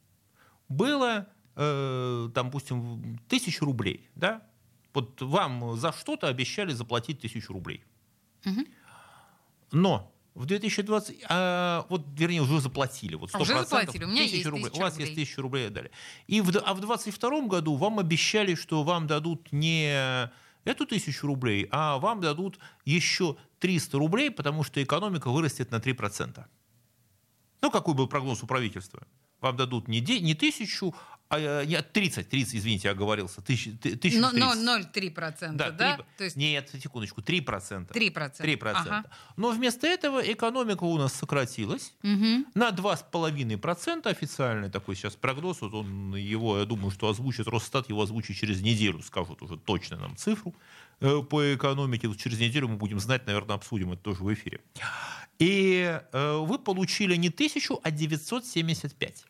было, э, там, допустим, тысяча рублей. Да? Вот вам за что-то обещали заплатить тысячу рублей. Угу. Но в две тысячи двадцатом, а, вот, вернее, уже заплатили. Вот сто процентов, уже заплатили, у меня есть рублей. тысяча У вас рублей. есть тысяча рублей, дали. И в, а в двадцать втором году вам обещали, что вам дадут не эту тысячу рублей, а вам дадут еще триста рублей, потому что экономика вырастет на три процента. Ну, какой был прогноз у правительства? Вам дадут не, де, не тысячу, а не, тридцать, тридцать, извините, я оговорился, тысяча тридцать. ноль целых три десятых процента, да? три, То есть... Нет, секундочку, три процента. три процента. три процента. Ага. Но вместо этого экономика у нас сократилась угу. на два целых пять десятых процента официальный такой сейчас прогноз. Вот он его, я думаю, что озвучит Росстат, его озвучит через неделю, скажут уже точно нам цифру э, по экономике. Вот через неделю мы будем знать, наверное, обсудим это тоже в эфире. И э, вы получили не тысячу, а девятьсот семьдесят пять.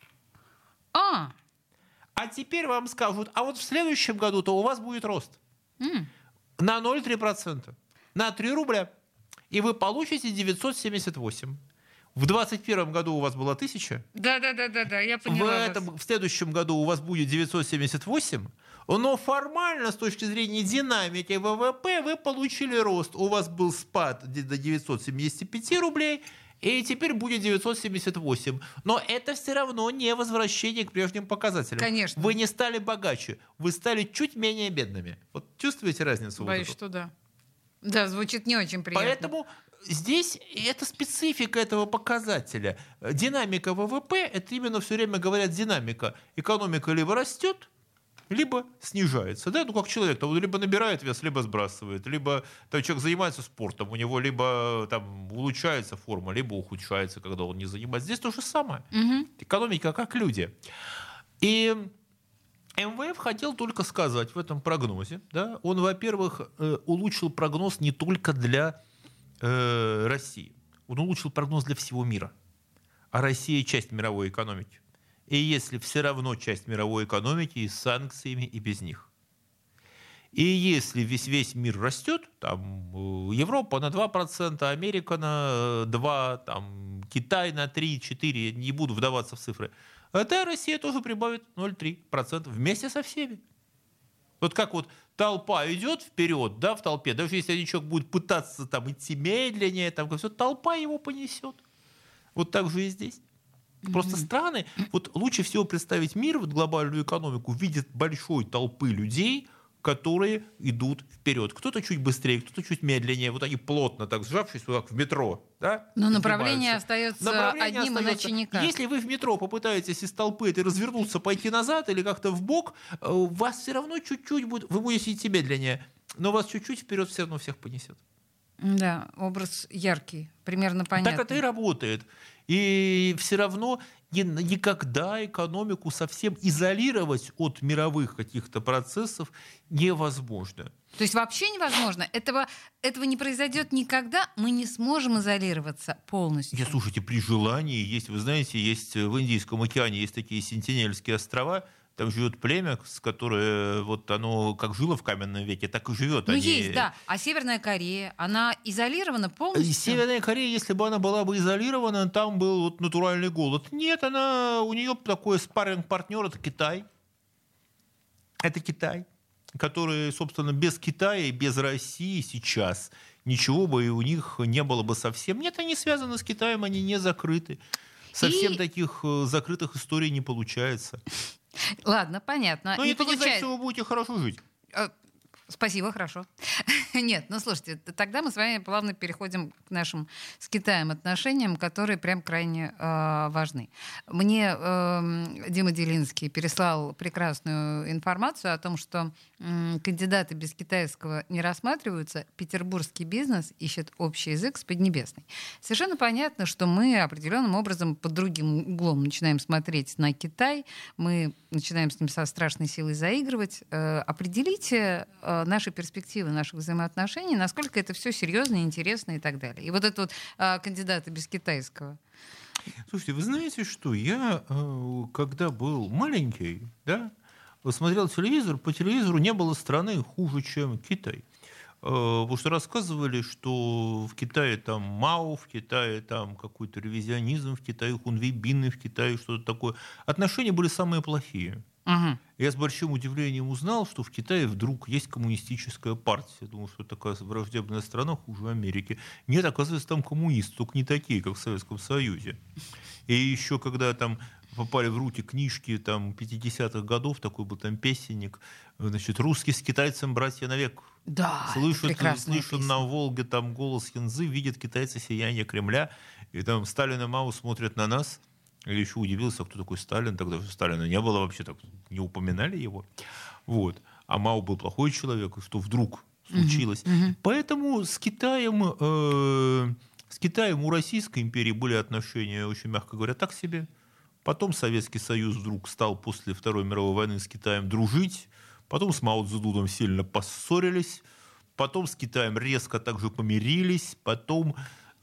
А! А теперь вам скажут, а вот в следующем году-то у вас будет рост mm. на ноль целых три десятых процента, на три рубля, и вы получите девятьсот семьдесят восемь. В двадцать первом году у вас была тысяча. Да-да-да, я поняла. В, этом, в следующем году у вас будет девятьсот семьдесят восемь, но формально, с точки зрения динамики вэ вэ пэ, вы получили рост. У вас был спад до девятьсот семьдесят пять рублей, и теперь будет девятьсот семьдесят восемь. Но это все равно не возвращение к прежним показателям. Конечно. Вы не стали богаче, вы стали чуть менее бедными. Вот чувствуете разницу? Боюсь, вот что да. Да, звучит не очень приятно. Поэтому здесь это специфика этого показателя. Динамика вэ вэ пэ, это именно все время говорят динамика. Экономика либо растет, либо снижается. Да? Ну, как человек, там, либо набирает вес, либо сбрасывает. Либо там, человек занимается спортом, у него либо там, улучшается форма, либо ухудшается, когда он не занимается. Здесь то же самое. Угу. Экономика как люди. И эм вэ эф хотел только сказать в этом прогнозе. Да? Он, во-первых, улучшил прогноз не только для э, России. Он улучшил прогноз для всего мира. А Россия — часть мировой экономики. И если все равно часть мировой экономики и с санкциями, и без них. И если весь, весь мир растет, там Европа на два процента, Америка на два процента, там, Китай на три-четыре процента, не буду вдаваться в цифры, тогда Россия тоже прибавит ноль целых три десятых процента вместе со всеми. Вот как вот толпа идет вперед, да, в толпе, даже если один человек будет пытаться там, идти медленнее, там, все, толпа его понесет. Вот так же и здесь. Просто страны, вот лучше всего представить мир, вот глобальную экономику, в виде большой толпы людей, которые идут вперед. Кто-то чуть быстрее, кто-то чуть медленнее. Вот они плотно так сжавшись, вот так в метро. Да, но направление остается направление одним остается. Иначе никак. Если вы в метро попытаетесь из толпы это развернуться, пойти назад или как-то вбок, вас все равно чуть-чуть будет, вы будете идти медленнее. но вас чуть-чуть вперед все равно всех понесет. Да, образ яркий, примерно понятно. Так это и работает. И все равно никогда экономику совсем изолировать от мировых каких-то процессов невозможно. То есть вообще невозможно. Этого, этого не произойдет никогда. Мы не сможем изолироваться полностью. Нет, слушайте, при желании есть, вы знаете, есть в Индийском океане есть такие Сентинельские острова. Там живет племя, с которое вот оно как жило в каменном веке, так и живет. Ну Они... есть, да. А Северная Корея, она изолирована полностью? Северная Корея, если бы она была бы изолирована, там был вот натуральный голод. Нет, она, у нее такой спарринг-партнер, это Китай. Это Китай, который, собственно, без Китая и без России сейчас ничего бы и у них не было бы совсем. Нет, они связаны с Китаем, они не закрыты. Совсем и... таких закрытых историй не получается. Ладно, понятно. Но не это получается... не значит, что вы будете хорошо жить. Спасибо, хорошо. Нет, ну слушайте, тогда мы с вами плавно переходим к нашим с Китаем отношениям, которые прям крайне э, важны. Мне э, Дима Делинский переслал прекрасную информацию о том, что э, кандидаты без китайского не рассматриваются. Петербургский бизнес ищет общий язык с Поднебесной. Совершенно понятно, что мы определенным образом под другим углом начинаем смотреть на Китай, мы начинаем с ним со страшной силой заигрывать. Э, определите э, наши перспективы, наших взаимоотношений, насколько это все серьезно, интересно и так далее. И вот это вот э, кандидаты без китайского. Слушайте, вы знаете что? Я, э, когда был маленький, да, смотрел телевизор, по телевизору не было страны хуже, чем Китай. Потому что рассказывали, что в Китае там Мао, в Китае там какой-то ревизионизм, в Китае хунвейбины, в Китае что-то такое. Отношения были самые плохие. Угу. Я с большим удивлением узнал, что в Китае вдруг есть коммунистическая партия. Я думал, что такая враждебная страна хуже Америки. Нет, оказывается, там коммунисты, только не такие, как в Советском Союзе. И еще когда там попали в руки книжки там, пятидесятых годов, такой был там песенник, значит, русский с китайцем братья навек. Да, слышат, слышат на Волге там голос Янзы, видят китайцы сияние Кремля, и там Сталин и Мао смотрят на нас. Или еще удивился, кто такой Сталин, тогда Сталина не было вообще, так не упоминали его. Вот. А Мао был плохой человек, и что вдруг случилось. Uh-huh, uh-huh. Поэтому с Китаем, э, с Китаем у Российской империи были отношения, очень мягко говоря, так себе. Потом Советский Союз вдруг стал после Второй мировой войны с Китаем дружить. Потом с Мао Цзэдуном сильно поссорились. Потом с Китаем резко также помирились. Потом...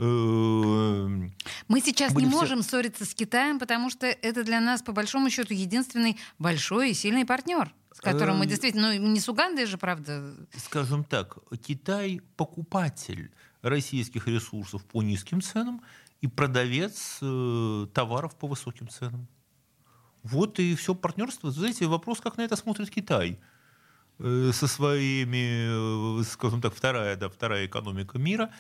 Мы сейчас не все... можем ссориться с Китаем, потому что это для нас, по большому счету, единственный большой и сильный партнер, с которым мы действительно... Ну, не с Угандой же, правда. Скажем так, Китай покупатель российских ресурсов по низким ценам и продавец э, товаров по высоким ценам. Вот и все партнерство. Знаете, вопрос, как на это смотрит Китай э, со своими, э, скажем так, вторая, да, вторая экономика мира.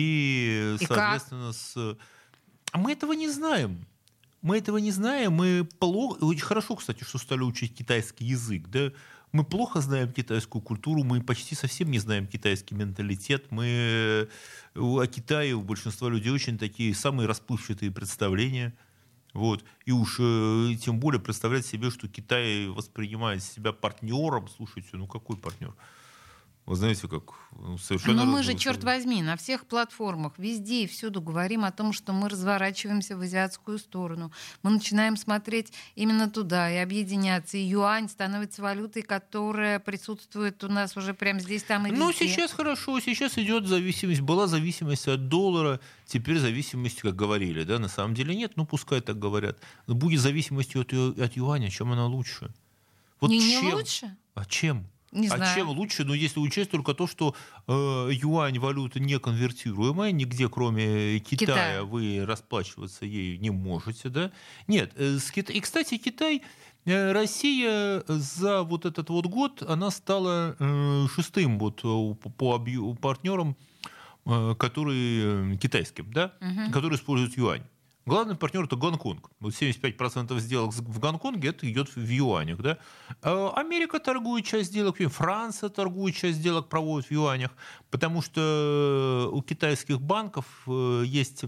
И, и, соответственно, с... мы этого не знаем. Мы этого не знаем. Мы плохо... Очень хорошо, кстати, что стали учить китайский язык. Да? Мы плохо знаем китайскую культуру, мы почти совсем не знаем китайский менталитет. Мы о Китае у большинства людей очень такие самые расплывчатые представления. Вот. И уж э, тем более представлять себе, что Китай воспринимает себя партнером. Слушайте, ну какой партнер? Вы знаете, как совершенно... Но мы же, черт возьми, на всех платформах, везде и всюду говорим о том, что мы разворачиваемся в азиатскую сторону. Мы начинаем смотреть именно туда и объединяться. И юань становится валютой, которая присутствует у нас уже прямо здесь, там и везде. Ну, сейчас хорошо, сейчас идет зависимость. Была зависимость от доллара, теперь зависимость, как говорили, да, на самом деле нет, ну, пускай так говорят. Но будет зависимость от, от юаня, чем она лучше? Вот не, чем? не лучше? А чем? Не а знаю. чем лучше? Ну, если учесть только то, что э, юань валюта не конвертируемая, нигде, кроме Китая, Китай. Вы расплачиваться ею не можете, да? Нет, э, с Кита... и, кстати, Китай, э, Россия за вот этот вот год, она стала э, шестым вот по, по объ... партнерам, э, которые, э, китайским, да? Угу. Которые используют юань. Главный партнер — это Гонконг. Вот семьдесят пять процентов сделок в Гонконге это идет в юанях. Да? Америка торгует часть сделок, Франция торгует часть сделок, проводит в юанях, потому что у китайских банков есть...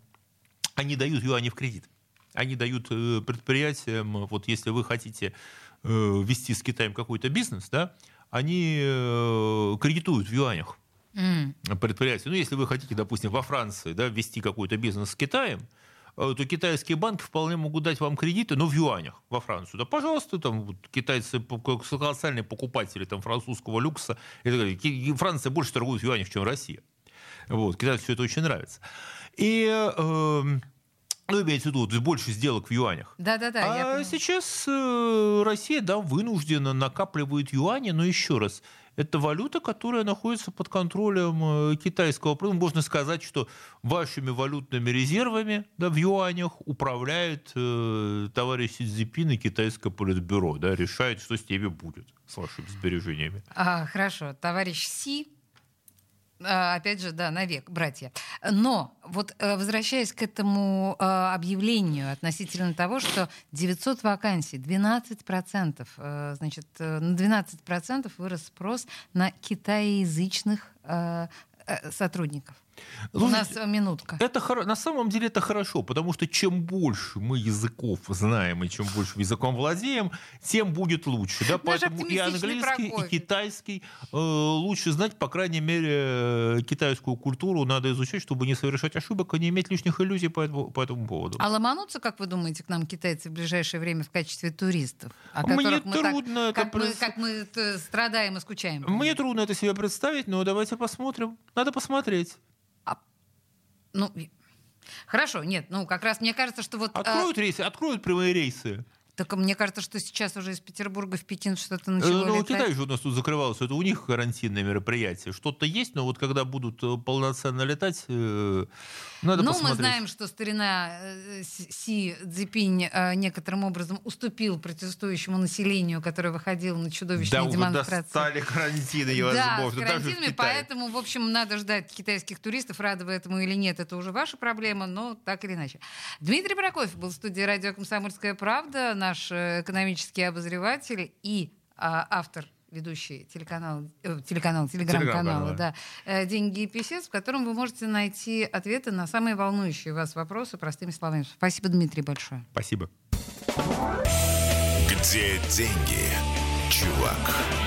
Они дают юани в кредит. Они дают предприятиям, вот если вы хотите вести с Китаем какой-то бизнес, да, они э, кредитуют в юанях Mm. предприятия. Ну, если вы хотите, допустим, во Франции, да, ввести какой-то бизнес с Китаем, то китайские банки вполне могут дать вам кредиты, но в юанях во Францию. Да, пожалуйста, там вот, китайцы колоссальные покупатели там, французского люкса. И так далее. Франция больше торгует в юанях, чем Россия. Вот, китайцам все это очень нравится. И... Э, Ну, имеется в виду, вот, больше сделок в юанях. Да-да-да. А сейчас э, Россия, да, вынуждена накапливает юани, но еще раз, это валюта, которая находится под контролем э, китайского правительства. Можно сказать, что вашими валютными резервами, да, в юанях управляет э, товарищ Си Цзиньпин и китайское политбюро, да, решает, что с ними будет, с вашими сбережениями. А, хорошо, товарищ Си. Опять же, да, навек, братья. Но вот возвращаясь к этому объявлению относительно того, что девятьсот вакансий, двенадцать процентов, значит, на двенадцать процентов вырос спрос на китаеязычных сотрудников. У нас минутка. Это, на самом деле это хорошо, потому что чем больше мы языков знаем и чем больше языком владеем, тем будет лучше. Да? Поэтому и английский, и китайский э, лучше знать, по крайней мере, китайскую культуру надо изучать, чтобы не совершать ошибок и не иметь лишних иллюзий по этому, по этому поводу. А ломанутся, как вы думаете, к нам китайцы в ближайшее время в качестве туристов? О Мне мы трудно так, это... Как, мы, как мы страдаем и скучаем. Мне трудно это себе представить, но давайте посмотрим. Надо посмотреть. Ну, хорошо, нет, ну, как раз мне кажется, что вот... Откроют а... рейсы, откроют прямые рейсы. Так мне кажется, что сейчас уже из Петербурга в Пекин что-то начало Ну, летать. Китай же у нас тут закрывался, это у них карантинное мероприятие. Что-то есть, но вот когда будут полноценно летать, надо ну, посмотреть. Мы знаем, что старина Си Цзиньпинь некоторым образом уступил протестующему населению, которое выходило на чудовищные да, демонстрации. Да, достали карантины невозможно. Да, с карантинами, поэтому, в общем, надо ждать китайских туристов, рады вы этому или нет, это уже ваша проблема, но так или иначе. Дмитрий Прокофьев был в студии радио «Комсомольская правда», наш экономический обозреватель и а, автор, ведущий телеканал, э, телеканал, телеграм-канала, да, э, «Деньги и писец», в котором вы можете найти ответы на самые волнующие вас вопросы простыми словами. Спасибо, Дмитрий, большое. Спасибо. Где деньги, чувак?